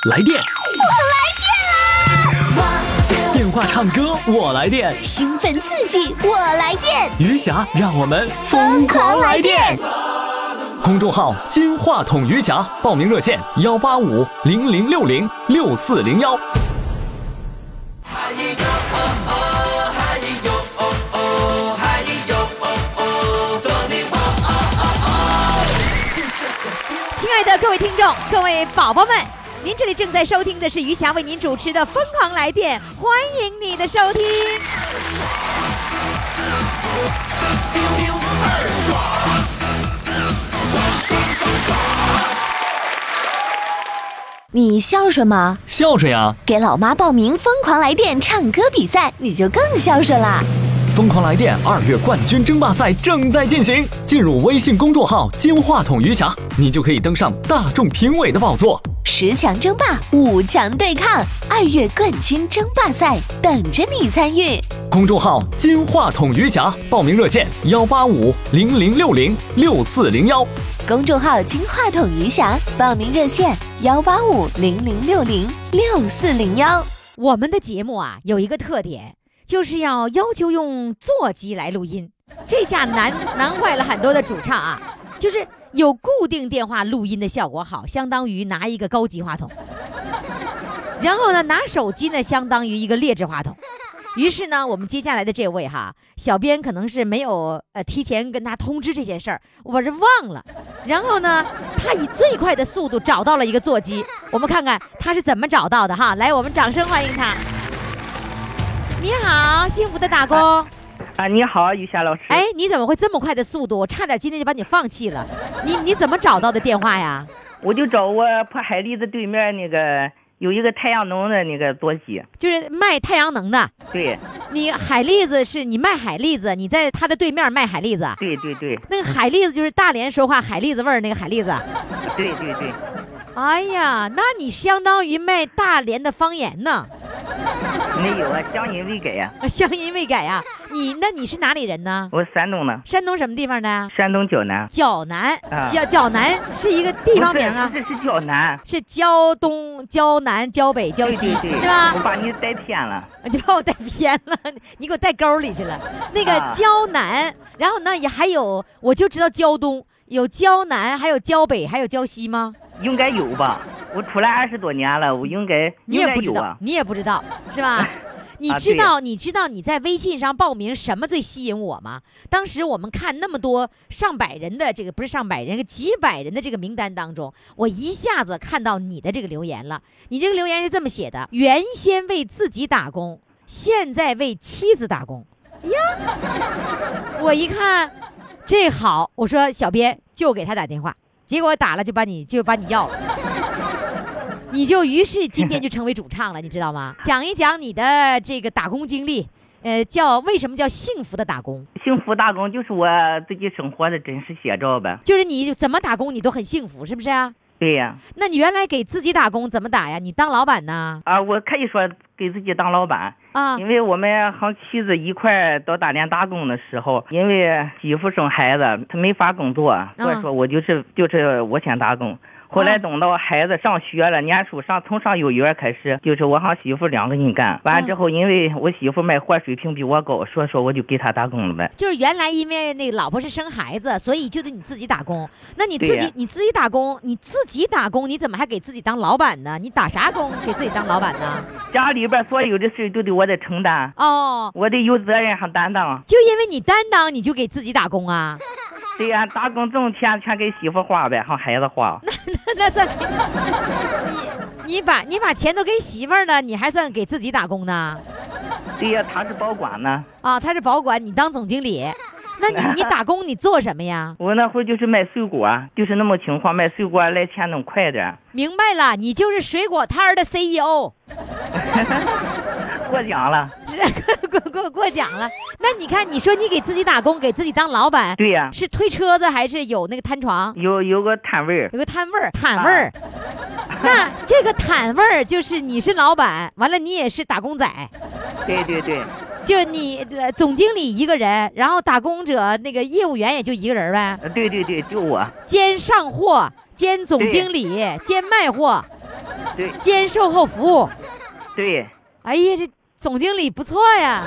来电，电话唱歌我来电， 兴奋刺激我来电， 余霞让我们疯狂来电。公众号金话筒余霞，报名热线18500606401。 亲爱的各位听众，各位宝宝们，您这里正在收听的是余霞为您主持的《疯狂来电》，欢迎你的收听。 你孝顺吗？ 孝顺呀！ 给老妈报名《疯狂来电》唱歌比赛，你就更孝顺啦！ 疯狂来电2月冠军争霸赛正在进行，进入微信公众号金话筒余霞，你就可以登上大众评委的宝座。 10强争霸，5强对抗，2月冠军争霸赛等着你参与。 公众号金话筒余霞，报名热线18500606401。 公众号金话筒余霞，报名热线18500606401。 我们的节目啊，有一个特点，就是要求用座机来录音，这下难坏了很多的主唱啊。就是有固定电话录音的效果好，相当于拿一个高级话筒，然后呢，拿手机呢，相当于一个劣质话筒。于是呢，我们接下来的这位小编可能是没有提前跟他通知这件事儿，我是忘了。然后呢，他以最快的速度找到了一个座机，我们看看他是怎么找到的哈。来，我们掌声欢迎他。你好，幸福的打工。 你好，余霞老师。 哎，你怎么会这么快的速度？我差点今天就把你放弃了。你怎么找到的电话呀？ 我就找我破海蛎子对面那个有一个太阳能的那个座机， 就是卖太阳能的。 对， 你海蛎子是你卖海蛎子，你在他的对面卖海蛎子。 对对对， 那个海蛎子就是大连说话海蛎子味儿那个海蛎子。 对对对。 哎呀，那你相当于卖大连的方言呢。 没有啊，乡音未改呀。 乡音未改啊。那你是哪里人呢？ 我山东的。 山东什么地方的？ 山东胶南。 胶南，胶南是一个地方名啊。 是胶南， 是胶东、胶南、胶北、胶西， 对， 是吧？ 我把你带偏了。 你把我带偏了，你给我带沟里去了。那个胶南，然后呢也还有，我就知道胶东有胶南，还有胶北，还有胶西吗？ 应该有吧，我出来20多年了，我应该你也不知道， 啊、 你也不知道是吧？你知道你在微信上报名什么最吸引我吗？当时我们看那么多上百人的这个，不是上百人，几百人的这个名单当中，我一下子看到你的这个留言了。你这个留言是这么写的：原先为自己打工，现在为妻子打工。哎呀，我一看这好，我说小编就给他打电话，结果打了就把你要了。你就于是今天就成为主唱了，你知道吗？讲一讲你的这个打工经历，为什么叫幸福的打工？ 幸福打工就是我自己生活的真实写照呗。 就是你怎么打工你都很幸福，是不是啊？ 对呀。 那你原来给自己打工怎么打呀？你当老板呢？ 我可以说给自己当老板啊， 因为我们和妻子一块到大连打工的时候，因为媳妇生孩子，她没法工作，所以说我就是我先打工。后来等到孩子上学了，念书从上幼儿园开始，就是我和媳妇2个人干。完了之后，因为我媳妇卖货水平比我高，所以说我就给她打工了呗。 就是原来因为那个老婆是生孩子，所以就得你自己打工。那你自己打工，你怎么还给自己当老板呢？你打啥工给自己当老板呢？ 家里边所有的事都得我得承担。我得有责任和担当。 就因为你担当，你就给自己打工啊？ 对呀，打工挣钱全给媳妇花呗，和孩子花。 那算你把钱都给媳妇儿了，你还算给自己打工呢？ 对呀，他是保管呢。 他是保管，你当总经理。那你打工你做什么呀？ 我那会就是卖水果，就是那么情况，卖水果来钱能快点。 明白了，你就是水果摊的 CEO。 过奖了， 过奖了。那你看，你说你给自己打工，给自己当老板， 对呀， 是推车子还是有那个摊床？ 有个摊位， 有个摊位儿。那这个摊位儿就是你是老板，完了你也是打工仔。 对对对。 就你总经理一个人，然后打工者那个业务员也就一个人呗。 对对对，就我。 兼上货，兼总经理，兼卖货。 对， 兼售后服务。 对。 哎呀，这总经理不错呀。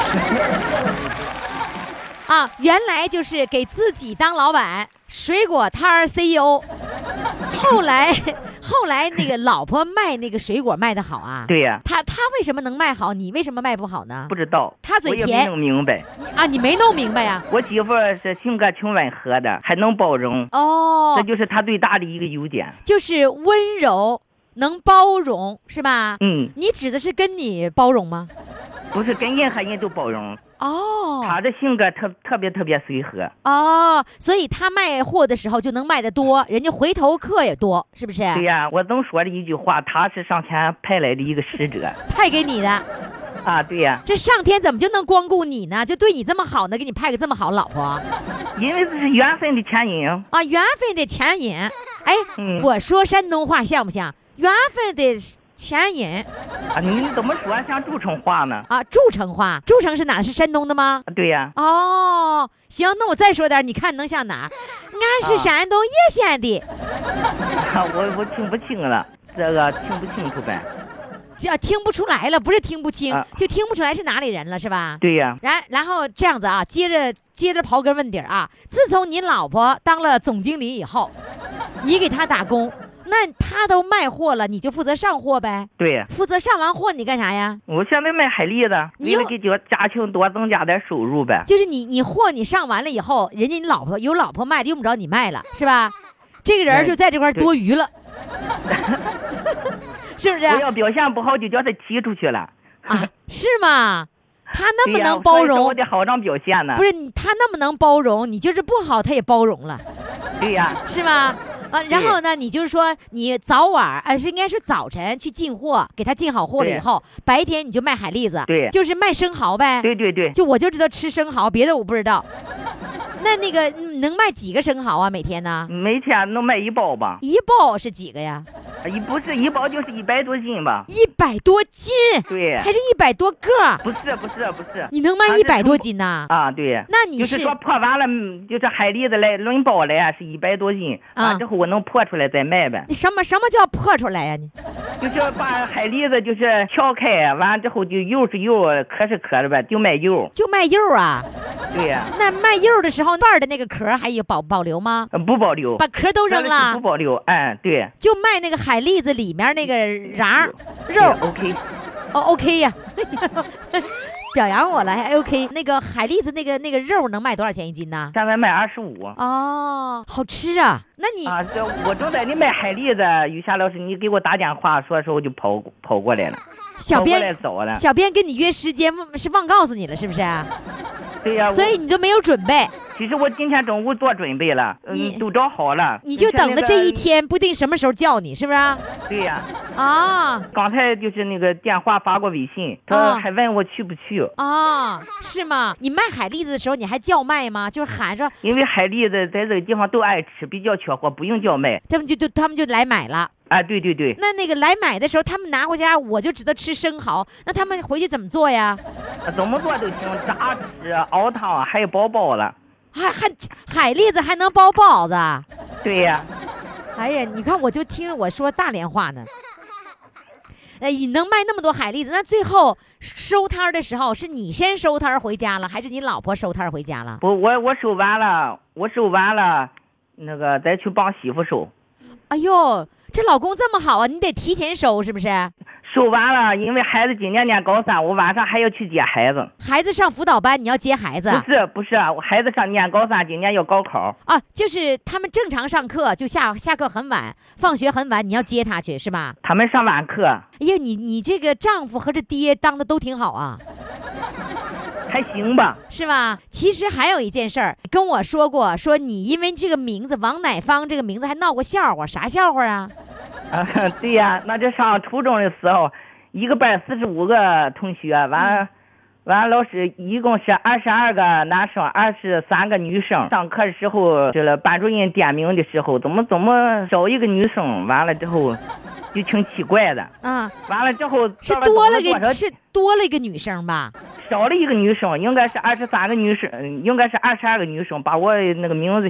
啊，原来就是给自己当老板，水果摊儿 CEO。后来那个老婆卖那个水果卖得好啊。 对呀。 他为什么能卖好，你为什么卖不好呢？ 不知道。 他嘴甜。 我也没弄明白。 啊，你没弄明白呀？ 我媳妇是性格挺温和的，还能包容。 哦。 这就是她最大的一个优点。 就是温柔，能包容，是吧？ 嗯。 你指的是跟你包容吗？ 不是，跟任何人都包容。 哦， 他的性格特别随和。 哦，所以他卖货的时候就能卖得多，人家回头客也多，是不是？ 对呀，我总说了一句话，他是上天派来的一个使者， 派给你的。 啊，对呀。 这上天怎么就能光顾你呢？就对你这么好呢，给你派个这么好老婆？ 因为这是缘分的牵引啊，缘分的牵引。哎，我说山东话像不像？缘分的牵引啊，你怎么说像诸城话呢？ 啊，诸城话，诸城是哪？是山东的吗？ 对呀。 哦，行，那我再说点，你看能像哪？俺是山东叶县的。 我听不清了，这个听不清楚呗。 听不出来了，不是听不清，就听不出来是哪里人了，是吧？ 对呀。 然后这样子啊，接着刨根问底啊。自从你老婆当了总经理以后，你给她打工。那他都卖货了，你就负责上货呗？ 对呀。 负责上完货，你干啥呀？ 我现在卖海蛎子，为了给家庭多增加点收入呗。 就是你货你上完了以后，人家你老婆有老婆卖的，用不着你卖了，是吧？这个人就在这块多余了，是不是？ 我要表现不好，就叫他踢出去了啊？是吗？他那么能包容， 我得好生表现呢。 不是他那么能包容，你就是不好，他也包容了。 对呀。 是吗？啊，然后呢，你就是说，你早晚是应该是早晨去进货，给他进好货了以后，白天你就卖海蛎子， 对， 就是卖生蚝呗。 对对对， 我就知道吃生蚝，别的我不知道。那个能卖几个生蚝啊？每天呢？ 每天能卖1包吧。 1包是几个呀？ 不是1包就是100多斤吧。 100多斤？ 对， 还是100多个？ 不是。 你能卖100多斤呢？ 啊，对。 那你就是说破完了，就是海蛎子来论包来是100多斤，之后我能破出来再卖呗。 什么叫破出来呀？你就是把海蛎子就是敲开，完了之后就油是油，壳是壳的呗，就卖油。 就卖油啊？ 对呀。 那卖油的时候，瓣的那个壳还有保留吗？ 不保留， 把壳都扔了。 不保留，对。 就卖那个海蛎子里面那个瓤肉。 OK。 哦 ，OK 呀，表扬我了，还 OK。那个海蛎子那个肉能卖多少钱1斤呢？ 现在卖25。 哦，好吃啊！那你啊，这我正在你卖海蛎子，雨霞老师，你给我打电话说我就跑过来了。 小编走了。 小编跟你约时间是忘告诉你了，是不是？ 对呀。 所以你都没有准备。 其实我今天中午做准备了，都找好了。 你就等着这一天，不定什么时候叫你，是不是？ 对呀。 啊， 刚才就是那个电话发过微信，他还问我去不去。 啊，是吗？你卖海蛎子的时候，你还叫卖吗？就是喊说。 因为海蛎子在这个地方都爱吃，比较缺货，不用叫卖。 他们就来买了。 啊，对对对。 那个来买的时候，他们拿回家，我就知道吃生蚝。那他们回去怎么做呀？ 怎么做都行，炸吃、熬汤，还有包包了。 还海蛎子还能包包子？ 对呀。 哎呀，你看我就听着我说大连话呢。你能卖那么多海蛎子，那最后收摊的时候是你先收摊回家了，还是你老婆收摊回家了？ 不，我收完了，那个再去帮媳妇收。 哎呦，这老公这么好啊，你得提前收是不是？ 收完了，因为孩子今年念高3，我晚上还要去接孩子。 孩子上辅导班，你要接孩子？ 不是，我孩子上念高3，今年要高考啊。就是他们正常上课，就下课很晚，放学很晚，你要接他去是吧？ 他们上晚课。 哎呀，你这个丈夫和这爹当的都挺好啊。 还行吧， 是吧？其实还有一件事儿，跟我说过，说你因为这个名字王乃芳这个名字还闹过笑话，啥笑话啊？ 对呀，那就上初中的时候，一个班45个同学，完了老师一共是22个男生，23个女生。上课的时候，这了班主任点名的时候，怎么少一个女生？完了之后，就挺奇怪的。完了之后是多了一个女生吧？ 少了一个女生，应该是23个女生，应该是22个女生，把我那个名字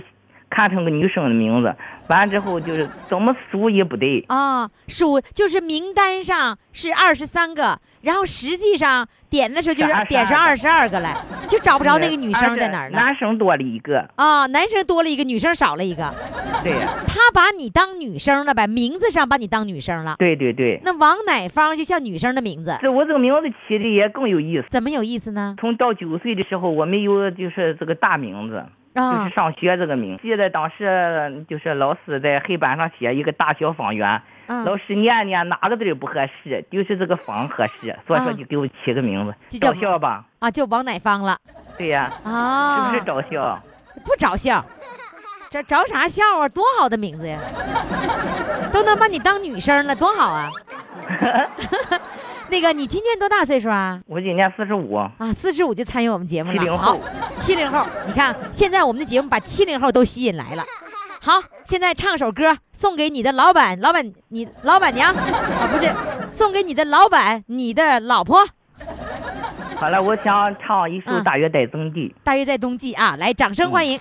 看成个女生的名字，完之后就是怎么数也不对啊，数就是名单上是23个，然后实际上点的时候就是点上22个来，就找不着那个女生在哪儿了。 男生多了一个啊，男生多了一个，女生少了一个。 对呀， 他把你当女生了呗，名字上把你当女生了。 对对对。 那王乃芳就像女生的名字。 我这个名字起的也更有意思。 怎么有意思呢？ 从到9岁的时候，我没有就是这个大名字。就是上学这个名，记得当时就是老师在黑板上写一个大小方圆，老师念哪个字不合适，就是这个方合适，所以说就给我起个名字，找笑吧？ 啊，就王乃芳了。 对呀，是不是找笑？ 不找笑，找啥笑啊？多好的名字呀，都能把你当女生了，多好啊！那个，你今年多大岁数啊？ 我今年45啊 ，45就参与我们节目了。 70后 ，70后，你看现在我们的节目把70后都吸引来了。好，现在唱首歌送给你的老板你老板娘啊，不是，送给你的老板，你的老婆。 好了，我想唱一首《大约在冬季》。 大约在冬季啊，来，掌声欢迎。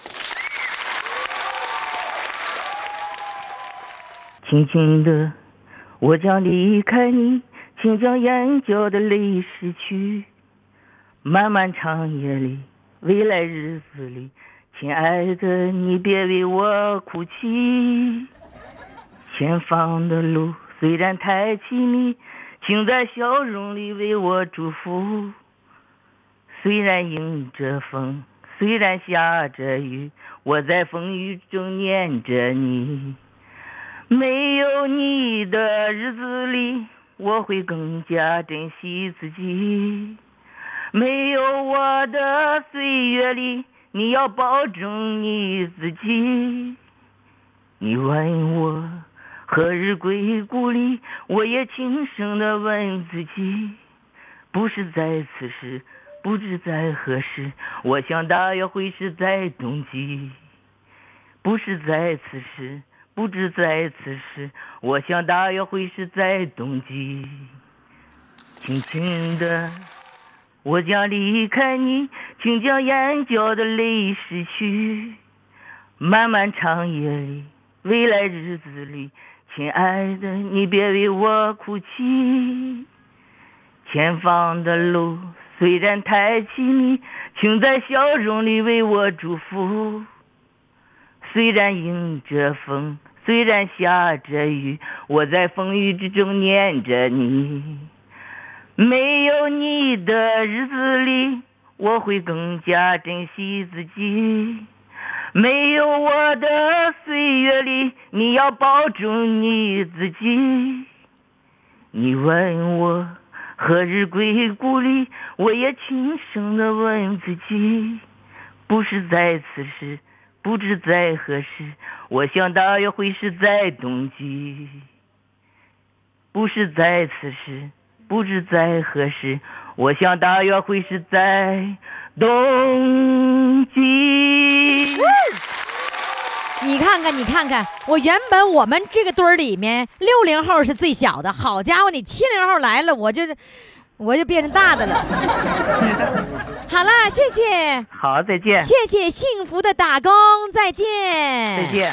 轻轻的，我将离开你。请将眼角的泪拭去，漫漫长夜里，未来日子里，亲爱的，你别为我哭泣。前方的路虽然太凄迷，请在笑容里为我祝福。虽然迎着风，虽然下着雨，我在风雨中念着你。没有你的日子里，我会更加珍惜自己。没有我的岁月里，你要保重你自己。你问我何日归故里，我也轻声地问自己。不是在此时，不知在何时，我想大约会是在冬季。不是在此时，不知在此时，我想大约会是在冬季。轻轻的，我将离开你，请将眼角的泪拭去。漫漫长夜里，未来日子里，亲爱的，你别为我哭泣。前方的路虽然太凄迷，请在笑容里为我祝福。虽然迎着风，虽然下着雨，我在风雨之中念着你。没有你的日子里，我会更加珍惜自己。没有我的岁月里，你要保重你自己。你问我何日归故里，我也轻声地问自己。不是在此时，不知在何时，我想大约会是在冬季。不是在此时，不知在何时，我想大约会是在冬季。 你看看，你看看，我原本我们这个堆儿里面60后是最小的，好家伙，你70后来了，我就变成大的了。好了，谢谢。 好，再见。 谢谢幸福的打工，再见。 再见。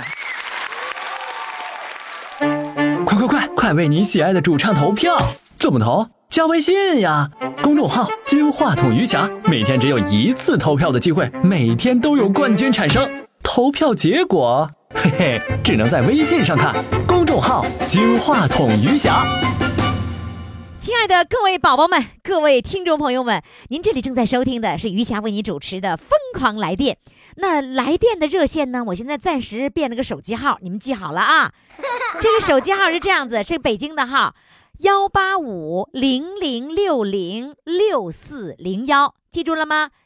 快为你喜爱的主唱投票！怎么投？加微信呀，公众号金话筒余霞，每天只有1次投票的机会，每天都有冠军产生。投票结果，嘿嘿，只能在微信上看。公众号金话筒余霞。 亲爱的各位宝宝们，各位听众朋友们，您这里正在收听的是余霞为你主持的《疯狂来电》。那来电的热线呢，我现在暂时变了个手机号，你们记好了啊。这个手机号是这样子，是北京的号18500606401，记住了吗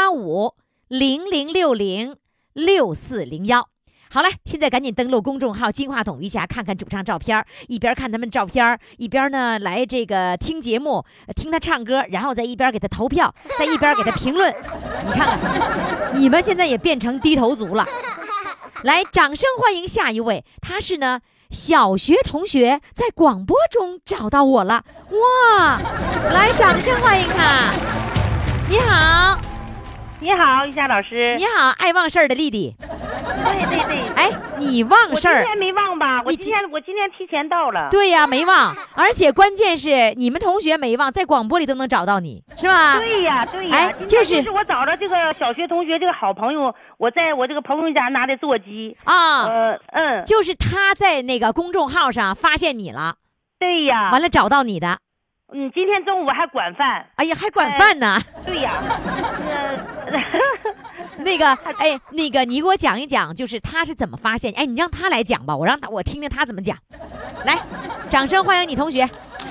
？18500606401。好了，现在赶紧登录公众号金话筒余霞，看看主唱照片，一边看他们照片，一边呢来这个听节目，听他唱歌，然后再一边给他投票，再一边给他评论。你看看，你们现在也变成低头族了。来，掌声欢迎下一位，他是呢小学同学，在广播中找到我了，哇！来，掌声欢迎他。你好。 你好，余霞老师。 你好，爱忘事儿的丽丽。 对。 哎，你忘事儿？ 我今天没忘吧？我今天提前到了。 对呀，没忘。而且关键是你们同学没忘，在广播里都能找到你，是吧？ 对呀。 哎， 就是我找着这个小学同学这个好朋友，我在我这个朋友家拿的座机啊。就是他在那个公众号上发现你了。 对呀。 完了找到你的。 今天中午还管饭。 哎呀，还管饭呢。 对呀。 那个，你给我讲一讲，就是他是怎么发现？哎，你让他来讲吧，我听听他怎么讲。来，掌声欢迎你同学。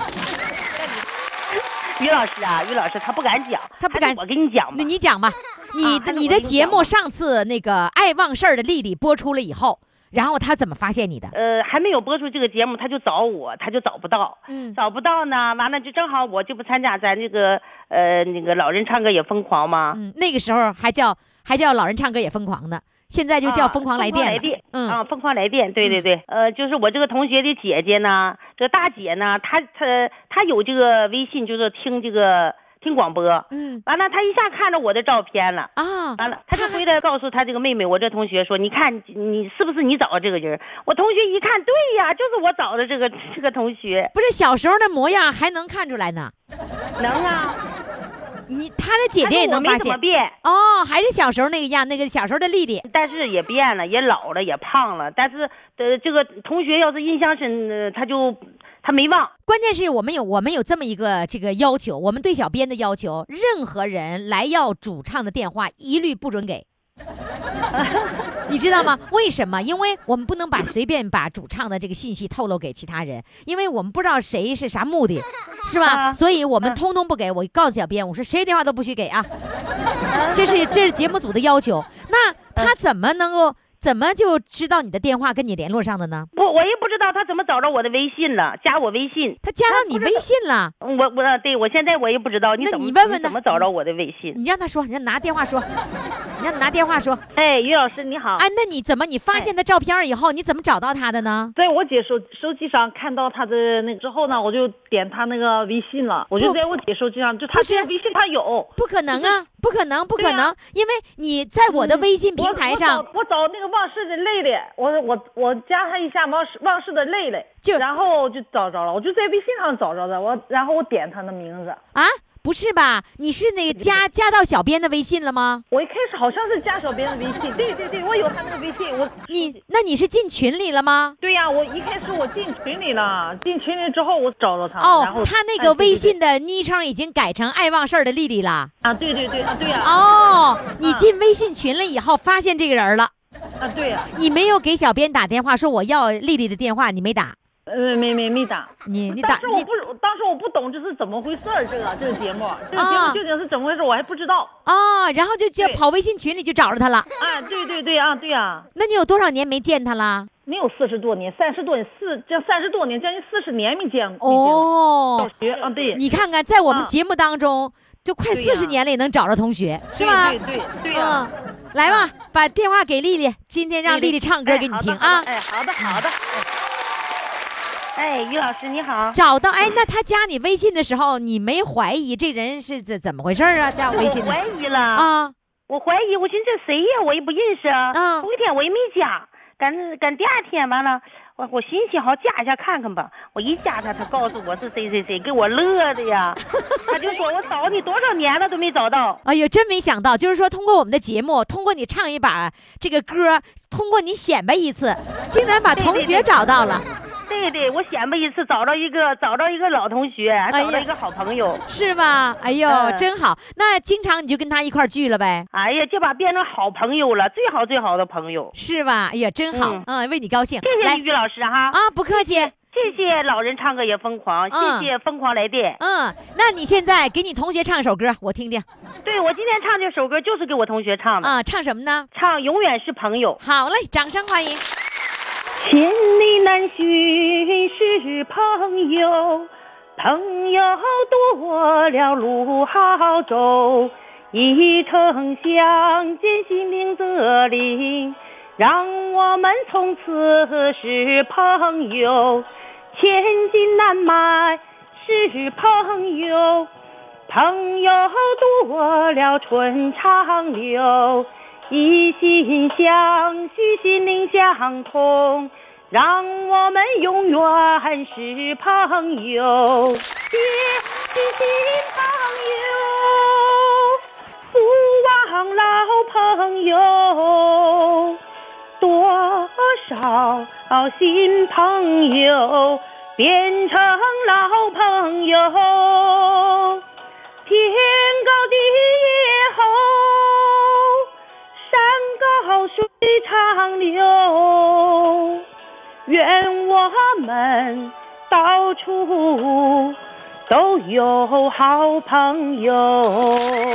于老师啊，于老师他不敢讲， 他不敢， 我跟你讲吧。 那你讲吧，你的节目上次那个爱忘事儿的丽丽播出了以后。然后他怎么发现你的？ 还没有播出这个节目，他就找我，他就找不到，找不到呢。完了就正好我就不参加咱这个那个老人唱歌也疯狂吗？ 那个时候还叫老人唱歌也疯狂呢，现在就叫疯狂来电。 疯狂来电，对。就是我这个同学的姐姐呢，这个大姐呢，她有这个微信，就是听广播，完了，他一下看着我的照片了啊，完了，他就回来告诉他这个妹妹，我这同学说，你看你是不是你找的这个人？我同学一看，对呀，就是我找的这个同学。 不是小时候的模样还能看出来呢？ 能啊， 他的姐姐也能发现。 我没怎么变哦，还是小时候那个样，那个小时候的丽丽， 但是也变了，也老了，也胖了，但是这个同学要是印象深，他没忘。 关键是我们有这么一个这个要求，我们对小编的要求，任何人来要主唱的电话一律不准给。你知道吗？为什么？因为我们不能随便把主唱的这个信息透露给其他人，因为我们不知道谁是啥目的，是吧？所以我们通通不给。我告诉小编，我说谁电话都不许给啊。这是节目组的要求。那他怎么就知道你的电话跟你联络上的呢？ 我也不知道他怎么找着我的微信了，加我微信。 他加到你微信了？ 对，我现在我也不知道。你问问他怎么找着我的微信？ 你让他说，你让拿电话说，你让拿电话说。 哎，于老师你好。 哎，那你发现他照片以后，你怎么找到他的呢？ 在我姐手机上看到他的那之后呢，我就点他那个微信了。我就在我姐手机上，就他这个微信他有。 不可能啊！不可能，因为你在我的微信平台上， 我找那个忘事的累累，我加他一下忘事的累累，然后就找着了，我就在微信上找着的，然后我点他的名字啊。不是吧？你是那个加到小编的微信了吗？ 我一开始好像是加小编的微信，对，我有他那个微信。 那你是进群里了吗？ 对呀，我一开始我进群里了，进群里之后我找到他。然后他那个微信的昵称已经改成爱忘事儿的丽丽了。 啊，对啊，对呀。 哦，你进微信群了以后发现这个人了。 啊，对呀。 你没有给小编打电话说我要丽丽的电话，你没打。 没打。 你打。 当时我不懂这是怎么回事儿，这个节目究竟是怎么回事，我还不知道。 然后就跑微信群里就找着他了。 啊，对啊，对呀。 那你有多少年没见他了？ 没有40多年，30多年，将近40年没见。 哦， 小学啊，对。 你看看，在我们节目当中，就快40年了也能找着同学，是吧？ 对呀。 来吧，把电话给丽丽，今天让丽丽唱歌给你听啊。 哎，好的。哎，于老师你好。 找到那他加你微信的时候，你没怀疑这人是怎么回事啊？加我微信我怀疑了啊！ 我怀疑，我寻思这谁呀？我也不认识啊。头一天我也没加，赶第二天完了，我寻思好加一下看看吧。我一加他告诉我是谁，给我乐的呀。他就说我找你多少年了都没找到。 哎呦，真没想到，就是说通过我们的节目，通过你唱一把这个歌，通过你显摆一次，竟然把同学找到了。 对，我显摆一次，找到一个老同学，还找到一个好朋友， 是吧？哎呦，真好。那经常你就跟他一块聚了呗？ 哎呀，就把变成好朋友了，最好的朋友， 是吧？哎呀，真好，为你高兴。 谢谢于老师哈。 啊，不客气。 谢谢老人唱歌也疯狂，谢谢疯狂来电。 那你现在给你同学唱首歌，我听听。 对，我今天唱这首歌就是给我同学唱的啊。唱什么呢？ 唱《永远是朋友》。 好嘞，掌声欢迎。 千里难寻是朋友，朋友多了路好走，一程相见心灵则灵，让我们从此是朋友，千金难买是朋友，朋友多了春长流， 一心相许，心灵相通，让我们永远是朋友，结识新朋友，不忘老朋友。多少新朋友变成老朋友，天高地厚，山高水长流，愿我们到处都有好朋友。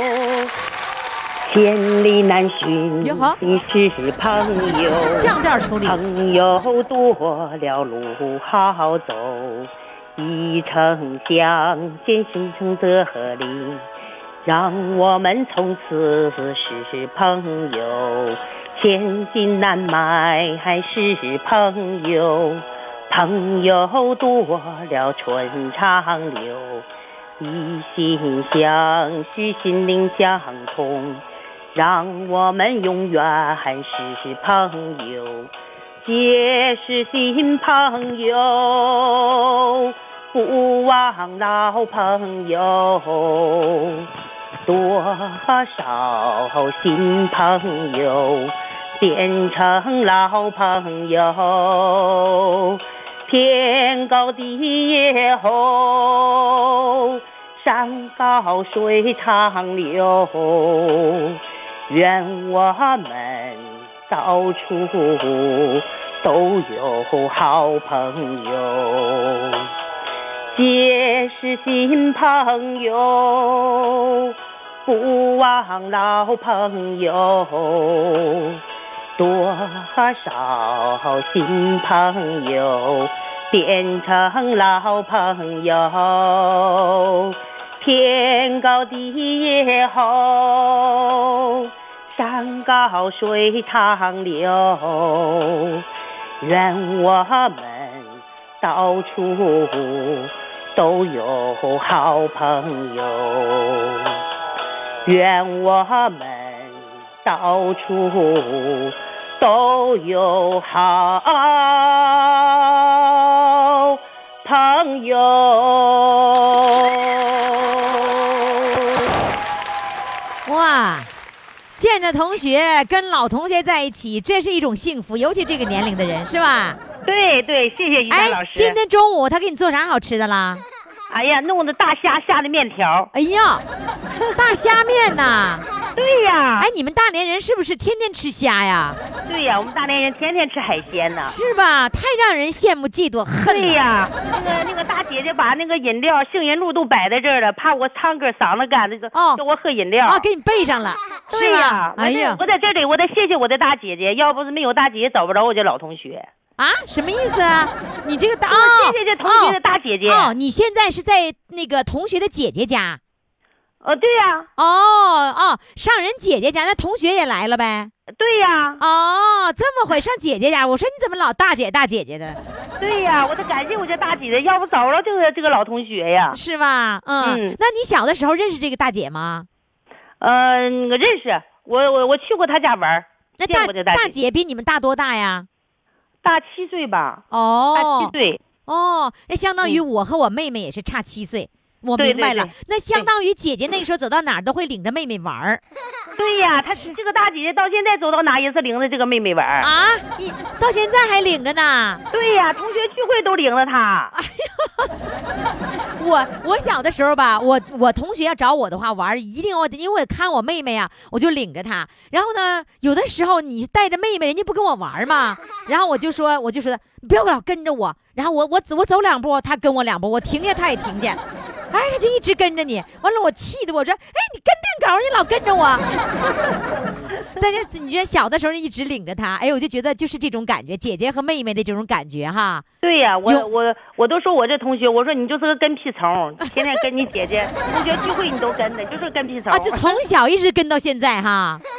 千里难寻的是朋友， 降调处理。 朋友多了路好走，一城相见心诚则灵，让我们从此是朋友，千金难买还是朋友，朋友多了春长流，一心相许心灵相通，让我们永远是朋友，结识新朋友，不忘老朋友。多少新朋友变成老朋友，天高地厚，山高水长流，愿我们到处都有好朋友，结识新朋友，不忘老朋友。多少新朋友变成老朋友，天高地厚，山高水长流，愿我们到处都有好朋友，愿我们到处都有好朋友。 哇，见着同学跟老同学在一起，这是一种幸福，尤其这个年龄的人，是吧？ 对对，谢谢于丹老师。 今天中午他给你做啥好吃的啦？ 哎呀，弄的大虾下的面条。 哎呀，大虾面呐！ 对呀。 哎，你们大连人是不是天天吃虾呀？ 对呀，我们大连人天天吃海鲜呢。 是吧？太让人羡慕嫉妒恨了。 对呀，那个大姐姐把那个饮料杏仁露都摆在这儿了，怕我唱歌嗓子干，叫我喝饮料。 给你备上了。 对呀， 哎呀， 我在这里，我得谢谢我的大姐姐，要不是没有大姐姐，找不着我这老同学。 啊，什么意思啊？你这个谢谢这同学的大姐姐。 你现在是在那个同学的姐姐家？ 对呀。 上人姐姐家，那同学也来了呗？ 对呀。 这么回上姐姐家，我说你怎么老大姐的？ 对呀，我得感谢我这大姐姐，要不找不着这个老同学呀。 是吧？那你小的时候认识这个大姐吗？ 我认识，我去过她家玩。 那大姐比你们大多大呀？ 大7岁吧。大7岁。 那相当于我和我妹妹也是差7岁。我明白了，对，那相当于姐姐那个时候走到哪儿都会领着妹妹玩儿。 对呀，她这个大姐姐到现在走到哪也是领着这个妹妹玩儿啊！你到现在还领着呢？ 对呀，同学聚会都领着她。 哎呀，我小的时候吧，我同学要找我的话玩，一定因为我看我妹妹啊，我就领着她。然后呢，有的时候你带着妹妹，人家不跟我玩嘛，然后我就说不要老跟着我。然后我走2步，她跟我2步，我停下她也停下。哎，他就一直跟着你，完了我气的我说，哎，你跟定狗，你老跟着我。但是你觉得小的时候一直领着他，哎，我就觉得就是这种感觉，姐姐和妹妹的这种感觉哈。 对呀，我都说我这同学，我说你就是个跟屁虫，天天跟你姐姐同学聚会你都跟的，就是跟屁虫。 就从小一直跟到现在哈。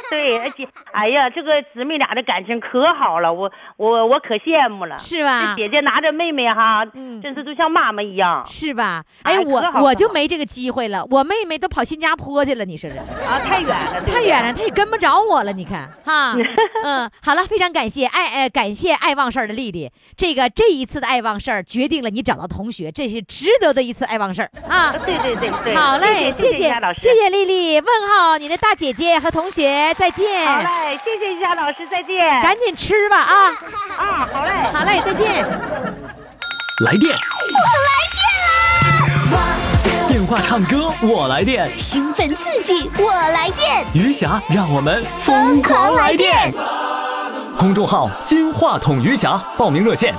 对，而且哎呀，这个姊妹俩的感情可好了，我可羡慕了， 是吧？ 这姐姐拿着妹妹哈，真是就像妈妈一样， 是吧？哎，我就没这个机会了，我妹妹都跑新加坡去了，你说这啊，太远了， 太远了，她也跟不着我了，你看哈。好了，非常感谢感谢爱忘事儿的丽丽，这一次的爱忘事儿决定了你找到同学，这是值得的一次爱忘事儿啊。 对， 好嘞，谢谢丽丽，问候你的大姐姐和同学，再见。 好嘞，谢谢于霞老师，再见。 赶紧吃吧啊！ 好嘞， 好嘞，再见。 来电，我来电啦！电话唱歌，我来电。 兴奋刺激，我来电。 余霞，让我们疯狂来电。公众号金话筒余霞，报名热线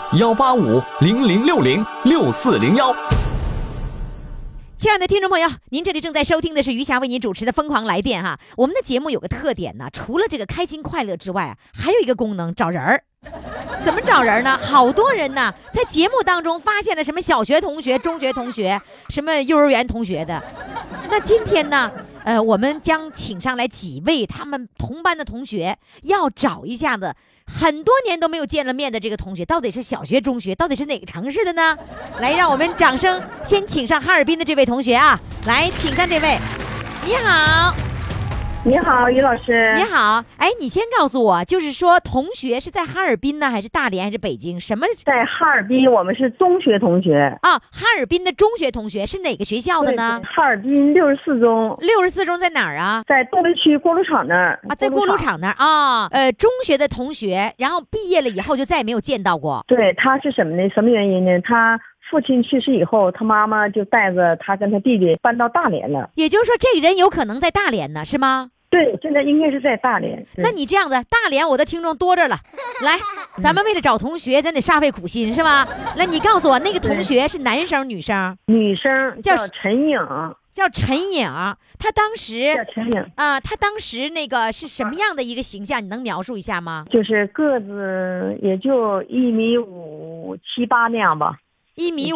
18500606401。 亲爱的听众朋友，您这里正在收听的是余霞为您主持的《疯狂来电》哈。我们的节目有个特点呢，除了这个开心快乐之外，还有一个功能，找人儿。怎么找人呢？好多人呢，在节目当中发现了什么小学同学、中学同学、什么幼儿园同学的。那今天呢，我们将请上来几位他们同班的同学，要找一下子很多年都没有见了面的这个同学，到底是小学、中学，到底是哪个城市的呢？来，让我们掌声先请上哈尔滨的这位同学啊！来，请上这位，你好。 你好，于老师。 你好，哎，你先告诉我，就是说同学是在哈尔滨呢，还是大连，还是北京？什么？ 在哈尔滨，我们是中学同学啊。哈尔滨的中学同学是哪个学校的呢？ 哈尔滨64中。 64中在哪儿啊？ 在东北区锅炉厂那儿啊，在锅炉厂那儿啊。中学的同学，然后毕业了以后就再也没有见到过。 对，他是什么呢？什么原因呢？他父亲去世以后，他妈妈就带着他跟他弟弟搬到大连了。 也就是说，这个人有可能在大连呢，是吗？ 对，现在应该是在大连。 那你这样子，大连我的听众多着了，来，咱们为了找同学，咱得煞费苦心，是吧？来，你告诉我，那个同学是男生女生？ 女生，叫陈颖。 叫陈颖，她当时叫陈颖啊，她当时那个是什么样的一个形象？你能描述一下吗？ 就是个子也就1.57米那样吧。 1.5米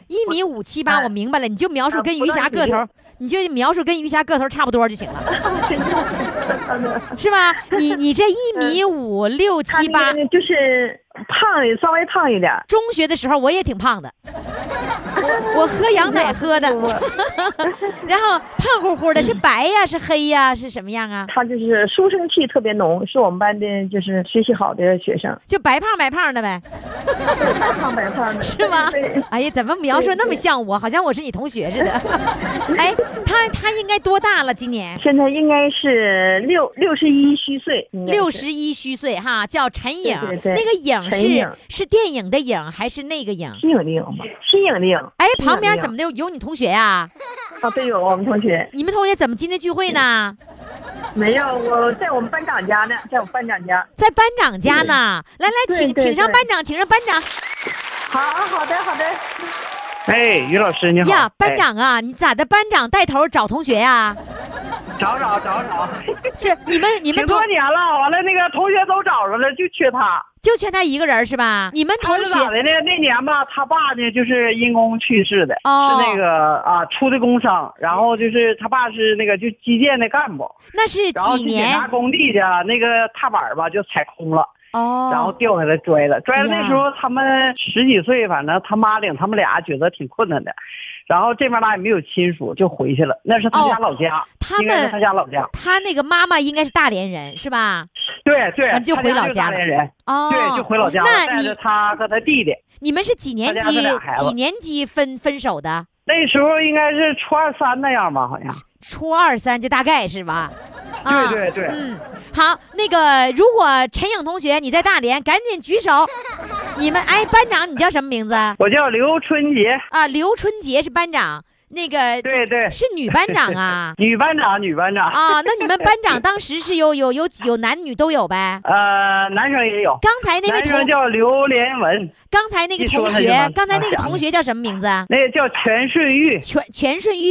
，1.578米，我明白了，你就描述跟余霞个头，你就描述跟余霞个头差不多就行了，是吧？你这1.5米6、7、8， 就是胖的，稍微胖一点。 中学的时候我也挺胖的，我喝羊奶喝的，然后胖乎乎的，是白呀，是黑呀，是什么样啊？ 他就是书生气特别浓，是我们班的就是学习好的学生， 就白胖的呗， 白胖的， 是吗？哎呀，怎么描述那么像我，好像我是你同学似的。哎，他应该多大了？今年现在应该是61虚岁 ，61虚岁哈，叫陈颖。 对， 那个颖是电影的影还是那个影？ 新颖的颖吧，新颖的颖。 哎，旁边怎么的有你同学呀？ 啊，对，有我们同学。 你们同学怎么今天聚会呢？ 没有，我在我们班长家呢，在班长家呢。来，请上班长，请上班长。 好的。 哎，于老师你好呀，班长啊，你咋的？班长带头找同学呀？ 找， 是你们挺多年了，完了那个同学都找着了，就缺他一个人是吧？你们同学咋的呢？那年吧，他爸呢就是因公去世的，是那个出的工伤，然后就是他爸是那个就基建的干部， 那是几年？ 检查工地去，那个踏板吧就踩空了。然后掉下来摔了。那时候他们10几岁，反正他妈领他们俩觉得挺困难的，然后这边也没有亲属，就回去了。那是他家老家，应该是他家老家。 他那个妈妈应该是大连人，是吧？ 对， 就回老家了。 大连人对，就回老家了。带着他和他弟弟。 你们是几年级分手的？ 那时候应该是初2、3那样吧，好像。 初2、3，这大概是吧？ 对。 好，那个如果陈颖同学你在大连，赶紧举手。你们班长你叫什么名字？ 我叫刘春杰啊，刘春杰是班长。那个对， 是女班长啊。 女班长啊。那你们班长当时是有男女都有呗？ 男生也有。 刚才那位男生叫刘连文。 刚才那个同学叫什么名字啊？ 那个叫全顺玉。 全顺玉。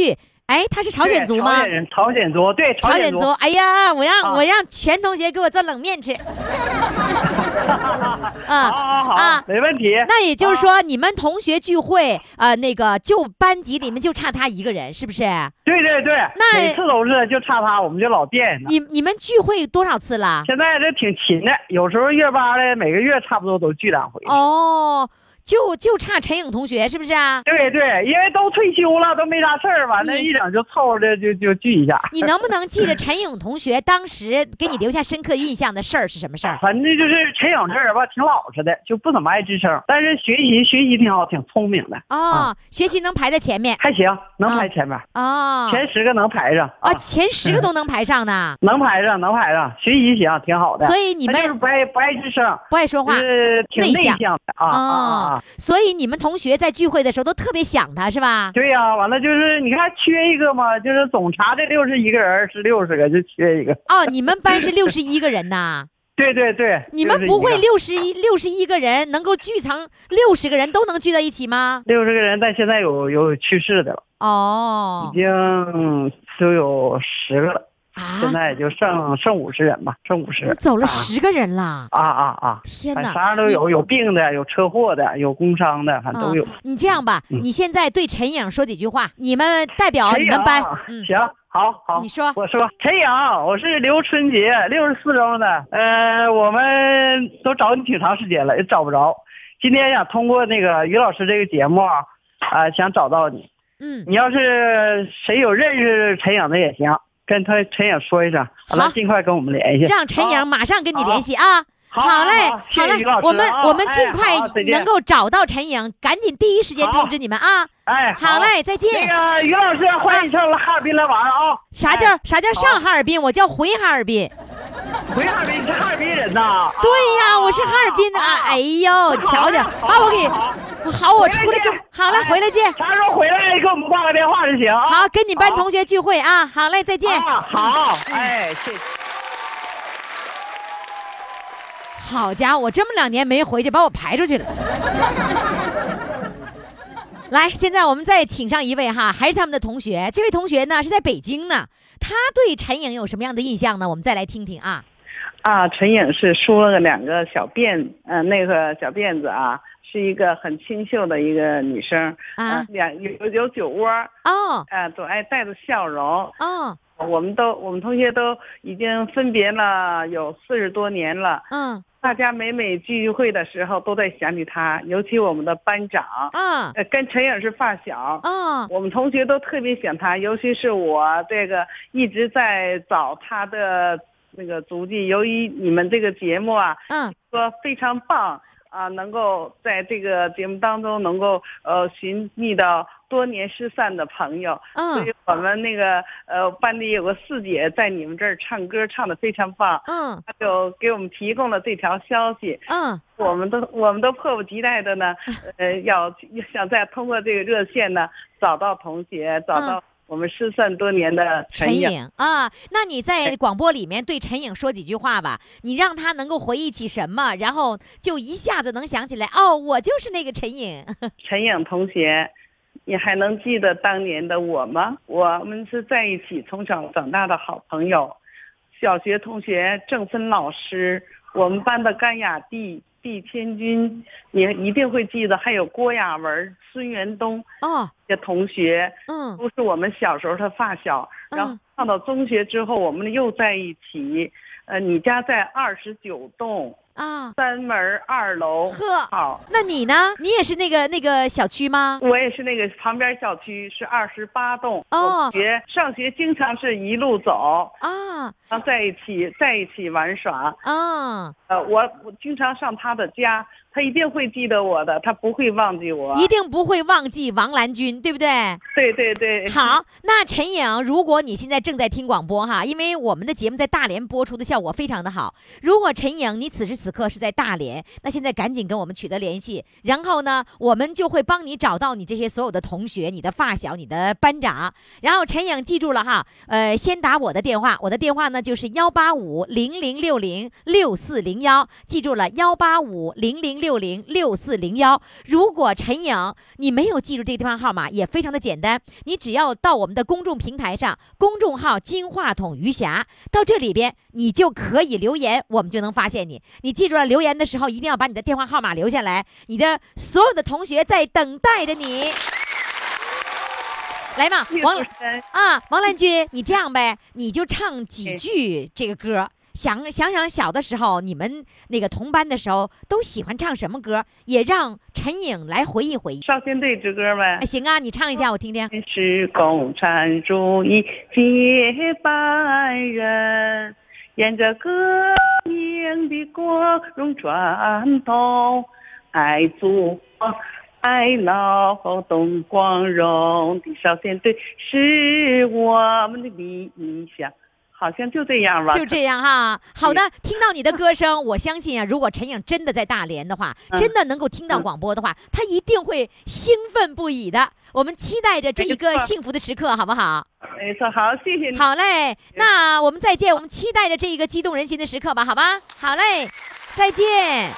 哎，他是朝鲜族吗？ 朝鲜族，对， 朝鲜族。哎呀，我让全同学给我做冷面吃。 好，没问题。 那也就是说，你们同学聚会，那个就班级里面就差他一个人，是不是？ 对对对， 那每次都是就差他，我们就老惦记。 你们聚会多少次了？ 现在这挺勤的，有时候月8的每个月差不多都聚2回。 哦。就差陈颖同学是不是啊？ 对对，因为都退休了，都没啥事儿，完了一整就凑着就聚一下。 你能不能记着陈颖同学当时给你留下深刻印象的事儿是什么事儿？ 反正就是陈颖这人吧，挺老实的，就不怎么爱吱声，但是学习挺好，挺聪明的。 学习能排在前面， 还行，能排前面。前10个能排上。 前10个都能排上呢。 能排上，学习行，挺好的。 所以你们就是不爱吱声， 不爱说话， 挺内向的。 所以你们同学在聚会的时候都特别想他，是吧？ 对呀，完了就是你看缺一个嘛，就是总查这61个人是60个，就缺一个。 你们班是61个人呐？ 对对对。 你们不会61个人能够聚成60个人都能聚在一起吗 ？60个人，但现在有去世的了。已经都有10个了。现在就剩50人吧，剩50人。 走了10个人了。天哪！ 啥样都有病的，有车祸的，有工伤的，反正都有。 你这样吧，你现在对陈颖说几句话，你们代表你们班。 行，好， 你说。 我说陈颖，我是刘春杰，64中的。我们都找你挺长时间了，也找不着。今天想通过那个于老师这个节目想找到你。你要是谁有认识陈颖的也行。跟陈颖说一声，完了尽快跟我们联系， 让陈颖马上跟你联系啊！好嘞，我们尽快能够找到陈颖，赶紧第一时间通知你们啊！好嘞，再见。 那个于老师，欢迎上哈尔滨来玩啊！ 啥叫上哈尔滨？我叫回哈尔滨。 回哈尔滨，你是哈尔滨人呐？ 对呀，我是哈尔滨的。哎呦，瞧瞧，我出来就好了，回来见。 啥时候回来给我们挂个电话就行。 好，跟你班同学聚会啊。好嘞，再见。 好，谢谢。 好家伙，我这么2年没回去，把我排出去了。来，现在我们再请上一位哈，还是他们的同学。这位同学呢是在北京呢，他对陈颖有什么样的印象呢？我们再来听听啊。 陈颖是梳了2个小辫，那个小辫子啊，是一个很清秀的一个女生有酒窝总爱带着笑容我们同学都已经分别了有40多年了大家每聚会的时候都在想起她，尤其我们的班长跟陈颖是发小我们同学都特别想她，尤其是我这个一直在找她的那个足迹，由于你们这个节目说非常棒能够在这个节目当中能够寻觅到多年失散的朋友所以我们那个班里有个4姐在你们这儿唱歌唱得非常棒她就给我们提供了这条消息我们都迫不及待的呢想再通过这个热线呢找到同学找到我们失散多年的陈颖那你在广播里面对陈颖说几句话吧，你让他能够回忆起什么，然后就一下子能想起来我就是那个陈颖。 陈颖同学，你还能记得当年的我吗？我们是在一起从小长大的好朋友，小学同学郑芬老师，我们班的甘雅蒂毕天君，你一定会记得，还有郭雅文、孙元东的同学都是我们小时候的发小然后上到中学之后我们又在一起你家在29栋3门2楼好， 那你呢？你也是那个小区吗？ 我也是那个旁边小区是28栋上学经常是一路走然后在一起玩耍我经常上他的家，他一定会记得我的，他不会忘记我， 一定不会忘记王兰君，对不对？ 对对对。 好，那陈颖，如果你现在正在听广播哈，因为我们的节目在大连播出的效果非常的好，如果陈颖你此时此刻是在大连，那现在赶紧跟我们取得联系，然后呢我们就会帮你找到你这些所有的同学，你的发小，你的班长，然后陈颖记住了哈先打我的电话，我的电话呢就是18500606401，记住了1850060 00606401。如果陈颖你没有记住这个电话号码，也非常的简单，你只要到我们的公众平台上，公众号金话筒余霞，到这里边你就可以留言，我们就能发现你。你记住了，留言的时候一定要把你的电话号码留下来，你的所有的同学在等待着你。来嘛，王兰君，你这样呗，你就唱几句这个歌。想想小的时候，你们那个同班的时候都喜欢唱什么歌，也让陈颖来回忆回忆。 少先队之歌呗。 行啊，你唱一下我听听。 是共产主义接班人，沿着革命的光荣传统，爱祖国爱劳动，光荣的少先队是我们的理想。好像就这样吧， 就这样哈。好的，听到你的歌声，我相信啊，如果陈颖真的在大连的话，真的能够听到广播的话，他一定会兴奋不已的。我们期待着这一个幸福的时刻，好不好？ 没错，好，谢谢你。 好嘞，那我们再见，我们期待着这一个激动人心的时刻吧，好吧？好嘞，再见。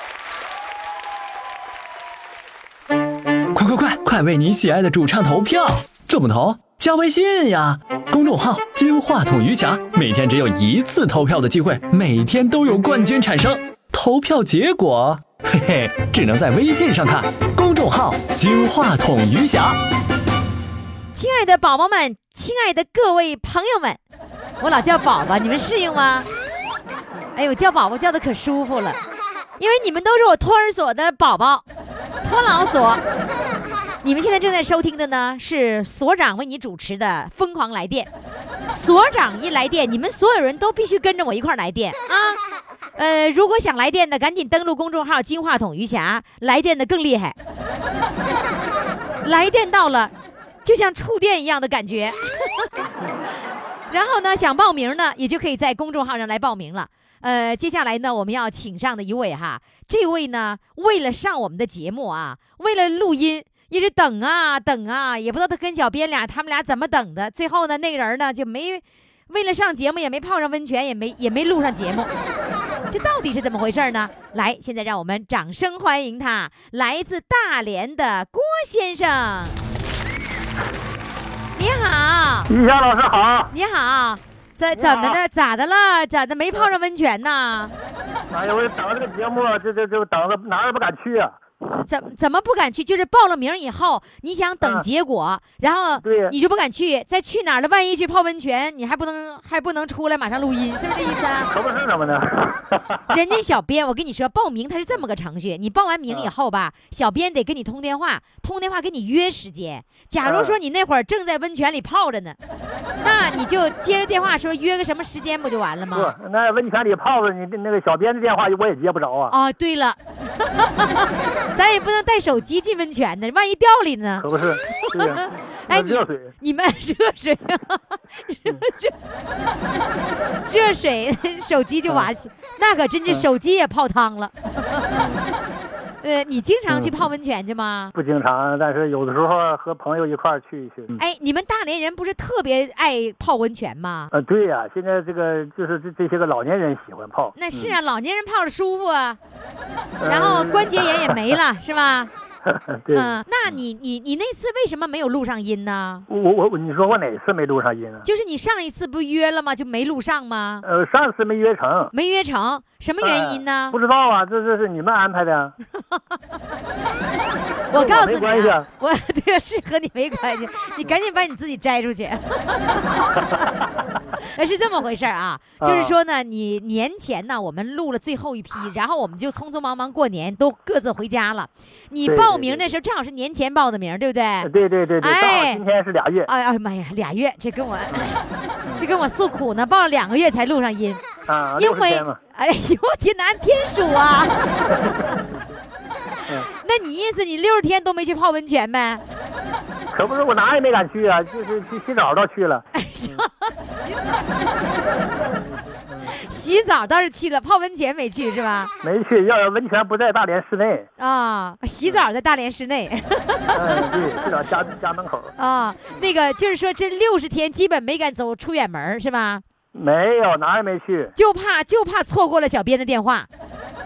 快为你喜爱的主唱投票！怎么投？加微信呀，公众号金话筒余霞，每天只有一次投票的机会，每天都有冠军产生。投票结果，嘿嘿，只能在微信上看。公众号金话筒余霞。 亲爱的宝宝们，亲爱的各位朋友们，我老叫宝宝，你们适应吗？哎呦，叫宝宝叫的可舒服了，因为你们都是我托儿所的宝宝，托老所。你们现在正在收听的呢是所长为你主持的疯狂来电。所长一来电，你们所有人都必须跟着我一块来电啊！如果想来电的，赶紧登录公众号金话筒余霞，来电的更厉害。来电到了，就像触电一样的感觉。然后呢，想报名呢，也就可以在公众号上来报名了。接下来呢，我们要请上的一位哈，这位呢，为了上我们的节目啊，为了录音。一直等啊等啊，也不知道他跟小编他们俩怎么等的。最后呢，那个人呢就没为了上节目，也没泡上温泉，也没录上节目。这到底是怎么回事呢？来，现在让我们掌声欢迎他，来自大连的郭先生。你好， 余霞老师好。 你好，怎么的？咋的了？咋的没泡上温泉呢？ 哎呀，我等这个节目，这等着哪儿也不敢去啊。 怎么不敢去？就是报了名以后，你想等结果，然后你就不敢去，再去哪儿了？万一去泡温泉，你还不能出来马上录音，是不是这意思啊？ 可不是怎么的？ 人家小编，我跟你说，报名他是这么个程序，你报完名以后吧，小编得跟你通电话跟你约时间。假如说你那会儿正在温泉里泡着呢，那你就接着电话说约个什么时间不就完了吗？ 不，那温泉里泡着，你那个小编的电话我也接不着啊。 哦，对了。咱也不能带手机进温泉呢，万一掉里呢？ 可不是，对呀。 哎， 热水， 你们热水啊，热水，手机就完，那可真是手机也泡汤了。你经常去泡温泉去吗？ 不经常，但是有的时候和朋友一块儿去一去。 哎，你们大连人不是特别爱泡温泉吗？ 对呀，现在这个就是这些个老年人喜欢泡。 那是啊，老年人泡着舒服啊，然后关节炎也没了，是吧？ 对。 那你那次为什么没有录上音呢？ 你说我哪次没录上音啊？ 就是你上一次不约了吗？就没录上吗？ 上次没约成。 没约成，什么原因呢？ 不知道啊，这是你们安排的。 我告诉你啊， 对，是和你没关系，你赶紧把你自己摘出去。是这么回事啊，就是说呢，你年前呢，我们录了最后一批，然后我们就匆匆忙忙过年，都各自回家了。你报名那时候正好是年前报的名，对不对？ 对。哎，今天是2月。 哎呀妈呀，2月，这跟我诉苦呢，报了2个月才录上音。 啊， 因为哎呦天哪，按天数啊。那你意思你60天都没去泡温泉呗？ 可不是，我哪也没敢去啊，就是去洗澡倒去了。 洗澡倒是去了，泡温泉没去是吧？ 没去，要温泉不在大连市内啊，洗澡在大连市内。 对，洗澡家门口啊。那个就是说，这60天基本没敢出远门是吧？ 没有，哪也没去， 就怕错过了小编的电话。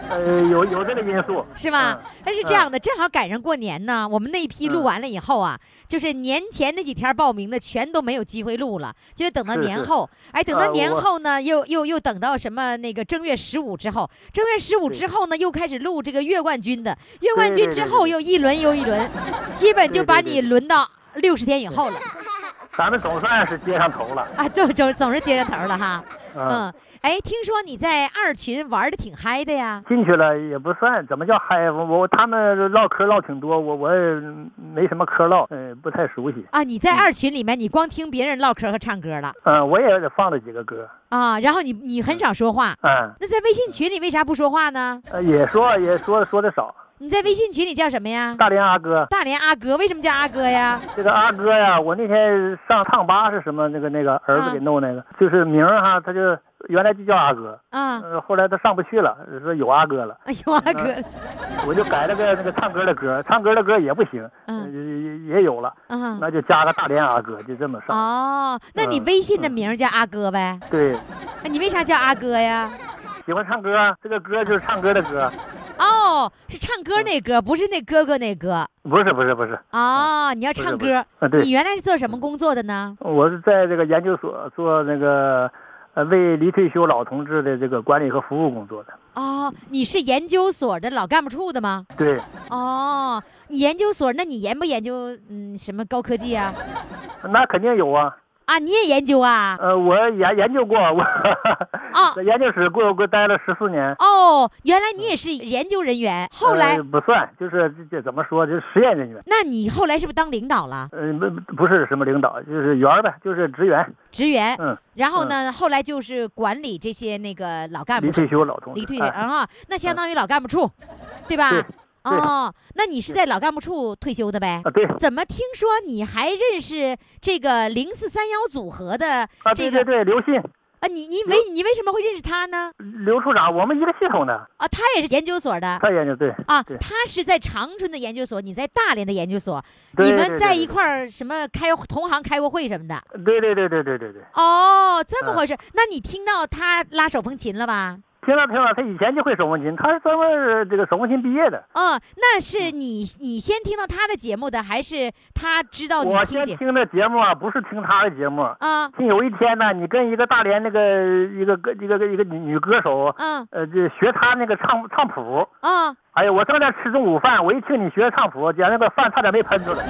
有这个因素是吧？但是这样的，正好赶上过年呢。我们那一批录完了以后啊，就是年前那几天报名的全都没有机会录了，就等到年后。哎，等到年后呢，又等到什么那个正月15之后，正月15之后呢，又开始录这个月冠军的，月冠军之后又一轮又一轮，基本就把你轮到60天以后了。 咱们总算是接上头了啊，总是接上头了哈。哎，听说你在2群玩的挺嗨的呀？ 进去了也不算，怎么叫嗨？他们唠嗑唠挺多，我也没什么嗑唠，不太熟悉啊。你在2群里面，你光听别人唠嗑和唱歌了？ 我也放了几个歌啊。然后你很少说话，那在微信群里为啥不说话呢？ 也说的少。 你在微信群里叫什么呀？ 大连阿哥。 大连阿哥，为什么叫阿哥呀？ 这个阿哥呀，我那天上烫疤是什么那个儿子给弄那个，就是名哈，他就原来就叫阿哥啊， 后来他上不去了，说有阿哥了， 有阿哥， 我就改了个那个唱歌的歌，唱歌的歌也不行，也有了，那就加个大连阿哥，就这么上。 哦，那你微信的名叫阿哥呗？ 对。 那你为啥叫阿哥呀？ 喜欢唱歌，这个歌就是唱歌的歌。 哦，是唱歌那歌，不是那哥哥那歌。 不是。 哦，你要唱歌。 对。 你原来是做什么工作的呢？ 我是在这个研究所做那个为离退休老同志的这个管理和服务工作的。 哦，你是研究所的老干部处的吗？ 对。 哦，你研究所，那你研不研究什么高科技啊？ 那肯定有啊。 啊，你也研究啊？ 我研究过，我在研究室给我待了14年。 哦，原来你也是研究人员，后来不算，就是这怎么说，就是实验人员。 那你后来是不是当领导了？ 不是什么领导，就是员呗，就是职员。 职员，然后呢，后来就是管理这些那个老干部， 离退休老同志， 离退休啊，那相当于老干部处，对吧？ 对。 哦，那你是在老干部处退休的呗？ 啊，对。 怎么听说你还认识这个0431组合的这个？ 对，刘信。 啊，你为什么会认识他呢？ 刘处长，我们一个系统的。 啊，他也是研究所的。 他研究对。 啊，他是在长春的研究所，你在大连的研究所，你们在一块儿什么同行开过会什么的？ 对。 哦，这么回事？那你听到他拉手风琴了吧？ 听了，他以前就会手风琴，他是专门这个手风琴毕业的。 那是你先听到他的节目的，还是他知道你听？ 我先听的节目啊，不是听他的节目啊。 有一天呢，你跟一个大连那个一个女歌手，就学他那个唱谱啊。 哎呀，我正在吃中午饭，我一听你学唱谱，简直那个饭差点没喷出来。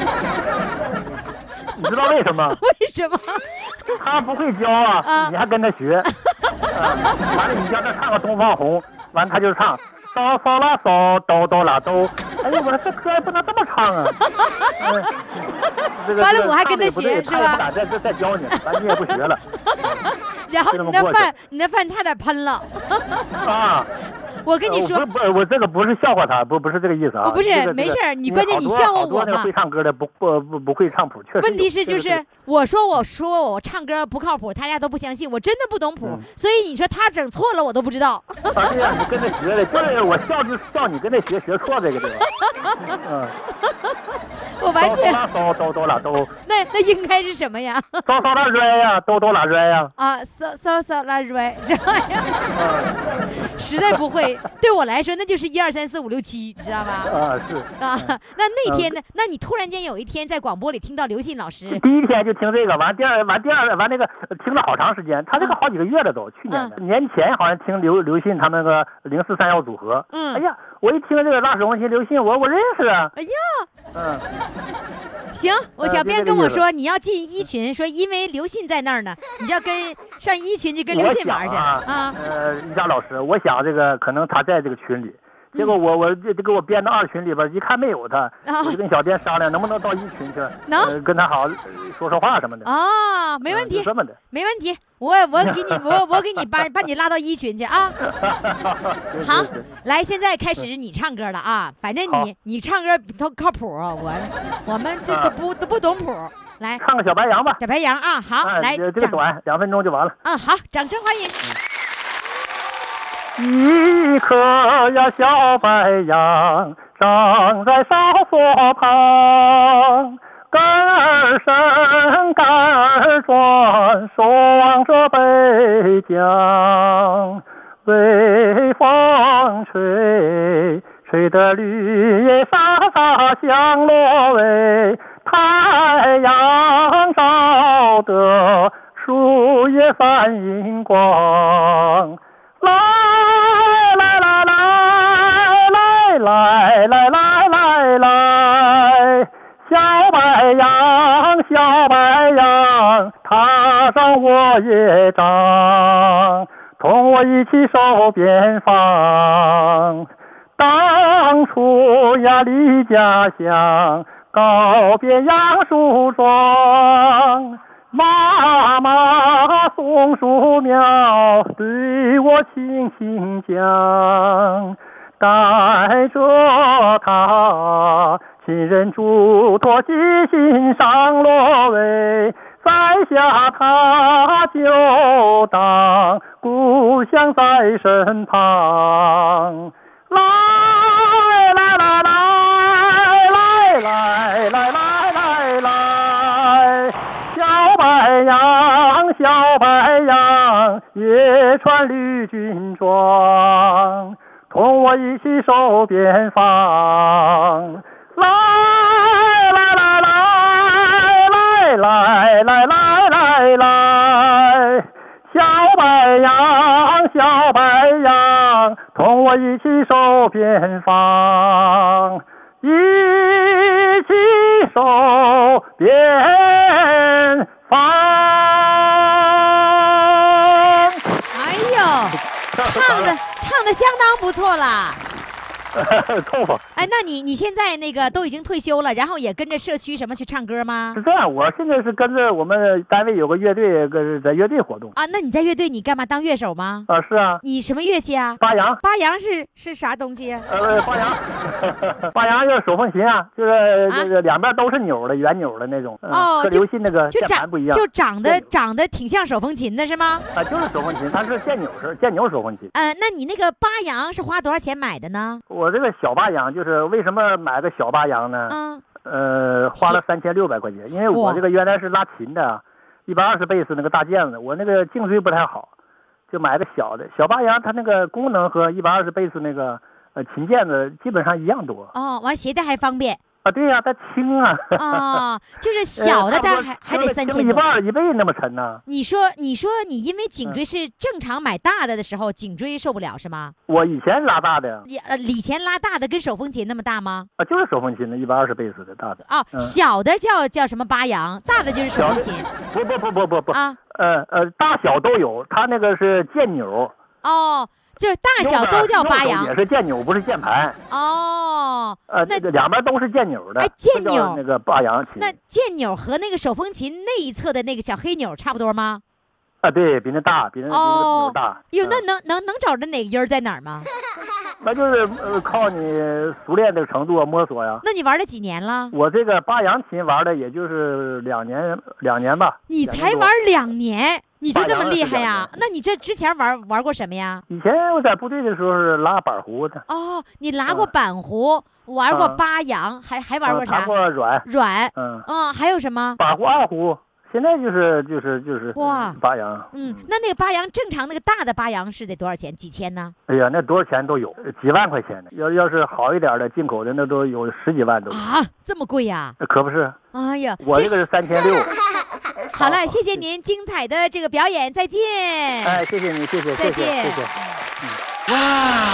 你知道为什么？ 为什么？ 他不会教啊，你还跟他学。完了，你叫他唱个《东方红》，完了他就唱嗦嗦啦嗦哆哆啦哆。哎呀，我说这歌不能这么唱啊！ 完了，我还跟他学是吧？ 他也不敢再教你，完你也不学了。 然后你那饭差点喷了。 啊！ 我跟你说， 不是，我这个不是笑话他，不是这个意思啊。 不是，没事，你关键你笑话我嘛。 会唱歌的不会唱谱，确实。 问题是就是我说我唱歌不靠谱，大家都不相信，我真的不懂谱，所以你说他整错了我都不知道。 对呀，你跟他学的，就是我笑你跟他学错这个对吧？ 我完全哆啦哆。 那应该是什么呀？ 嗦啦瑞呀，哆啦瑞呀。 啊，嗦啦瑞什么呀？实在不会，对我来说那就是1、2、3、4、5、6、7，知道吧？ 啊，是啊。那天呢？那你突然间有一天在广播里听到刘信老师， 第一天就听这个，完那个听了好长时间，他这个好几个月了都，去年的年前好像听刘信他们那个0431组合。哎呀，我一听这个拉手风琴刘信，我认识啊。 哎呀，行，我小编跟我说你要进1群，说因为刘信在那儿呢，你要上1群去跟刘信玩去啊。 于佳老师，我想这个可能他在这个群里，结果我就给我编到2群里边，一看没有他，我就跟小编商量能不能到1群去，跟他好说话什么的。 哦，没问题， 这么的， 没问题，我给你把你拉到1群去啊。好，来，现在开始你唱歌了啊，反正你唱歌都靠谱，我们这都不懂谱。来唱个小白杨吧， 小白杨啊，好，来， 这个短，2分钟就完了。 好，掌声欢迎。 一棵呀小白杨长在哨所旁，杆儿伸杆儿转，守望着北疆。微风吹晓得树叶泛银光。来来来来来来来来来来，小白杨小白杨，踏上我也长，同我一起守边防。当初呀离家乡，告别杨树桩，妈妈松树苗对我轻轻讲，带着它亲人嘱托记心上落位，摘下它就当故乡在身旁。来来来来来来来来来来，小白杨小白杨，也穿绿军装，同我一起守边防。来来来来来来来来来，小白杨小白杨，同我一起守边防，一起守边防。 哎呦，唱的相当不错啦。 痛快！ 哎，那你现在那个都已经退休了，然后也跟着社区什么去唱歌吗？ 是这样，我现在是跟着我们单位有个乐队，在乐队活动啊。那你在乐队你干嘛当乐手吗？ 啊，是啊。 你什么乐器啊？ 八扬。 八扬是啥东西啊？ 八扬，八扬就是手风琴啊，就是两边都是钮的，圆钮的那种。 哦， 和刘信那个键盘不一样， 就长得挺像手风琴的是吗？ 啊，就是手风琴，它是键钮手风琴。 那你那个八扬是花多少钱买的呢？ 我这个小八扬就是为什么买个小八扬呢？花了3600块钱，因为我这个原来是拉琴的，120贝斯那个大键子，我那个颈椎不太好，就买个小的小八扬，它那个功能和120贝斯那个琴键子基本上一样多。 哦，完携带还方便。 啊，对呀，它轻啊。 哦，就是小的，但还得3000多。 一半1倍那么沉呢？ 你说你因为颈椎是正常买大的时候，颈椎受不了是吗？ 我以前拉大的。 以前拉大的跟手风琴那么大吗？ 啊，就是手风琴的120贝斯的大的。 哦，小的叫什么八扬，大的就是手风琴。 不啊。大小都有，它那个是键钮。 哦。就大小都叫八扬， 也是键钮，不是键盘。 哦， 那两边都是键钮的。 哎，键钮那个八扬琴。 那键钮和那个手风琴那一侧的那个小黑钮差不多吗？ 啊，对比那大，比那钮大。 哟，那能找着哪个音在哪儿吗？ 那就是靠你熟练的程度摸索呀。 那你玩了几年了？ 我这个八扬琴玩的也就是2年吧。 你才玩2年？你就这么厉害呀？那你这之前玩过什么呀？ 以前我在部队的时候是拉板胡的。 哦，你拉过板胡，玩过八扬，还玩过啥？ 弹过软。 还有什么？ 板胡、二胡。现在就是哇八扬。 那个八扬正常那个大的八扬是得多少钱？几千呢？ 哎呀，那多少钱都有，几万块钱的。要是好一点的进口的，那都有10几万都有啊，这么贵呀？ 可不是。 哎呀， 我这个是3600。 好了，谢谢您精彩的这个表演，再见。 哎，谢谢你，谢谢， 再见， 谢谢。 哇！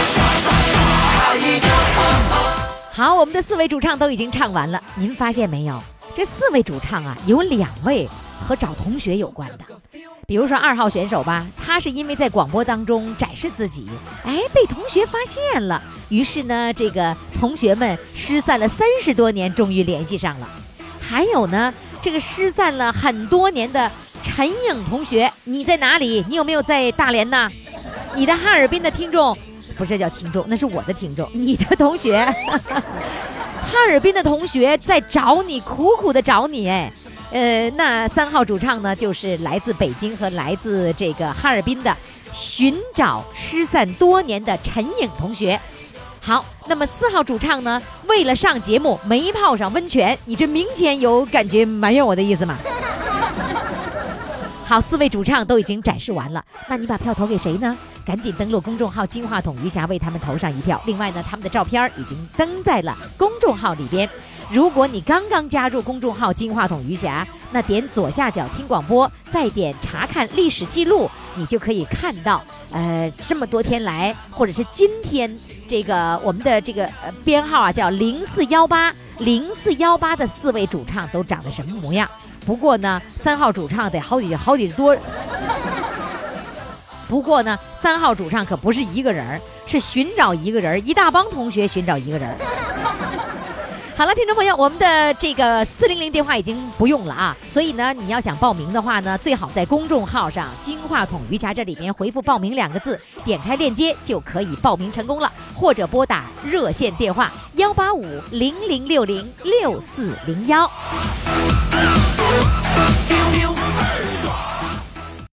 好，我们的4位主唱都已经唱完了，您发现没有？这4位主唱啊，有2位和找同学有关的。比如说2号选手吧，他是因为在广播当中展示自己，被同学发现了，于是呢，这个同学们失散了30多年，终于联系上了。还有呢，这个失散了很多年的陈颖同学，你在哪里？你有没有在大连呢？你的哈尔滨的听众，不是叫听众，那是我的听众，你的同学。哈尔滨的同学在找你，苦苦的找你。那3号主唱呢，就是来自北京和来自这个哈尔滨的寻找失散多年的陈颖同学。好，那么4号主唱呢，为了上节目没泡上温泉，你这明显有感觉埋怨我的意思吗？好，4位主唱都已经展示完了，那你把票投给谁呢？ 赶紧登录公众号金话筒余霞，为他们投上一票。另外呢，他们的照片已经登在了公众号里边。如果你刚刚加入公众号金话筒余霞，那点左下角听广播，再点查看历史记录，你就可以看到这么多天来，或者是今天这个我们的这个编号啊，叫0418的4位主唱都长得什么模样。不过呢，3号主唱得好几多。不过呢，3号主唱可不是一个人，是寻找一个人，一大帮同学寻找一个人。好了，听众朋友，我们的这个400电话已经不用了啊，所以呢，你要想报名的话呢，最好在公众号上“金话筒余霞”这里面回复“报名”2个字，点开链接就可以报名成功了，或者拨打热线电话18500606401。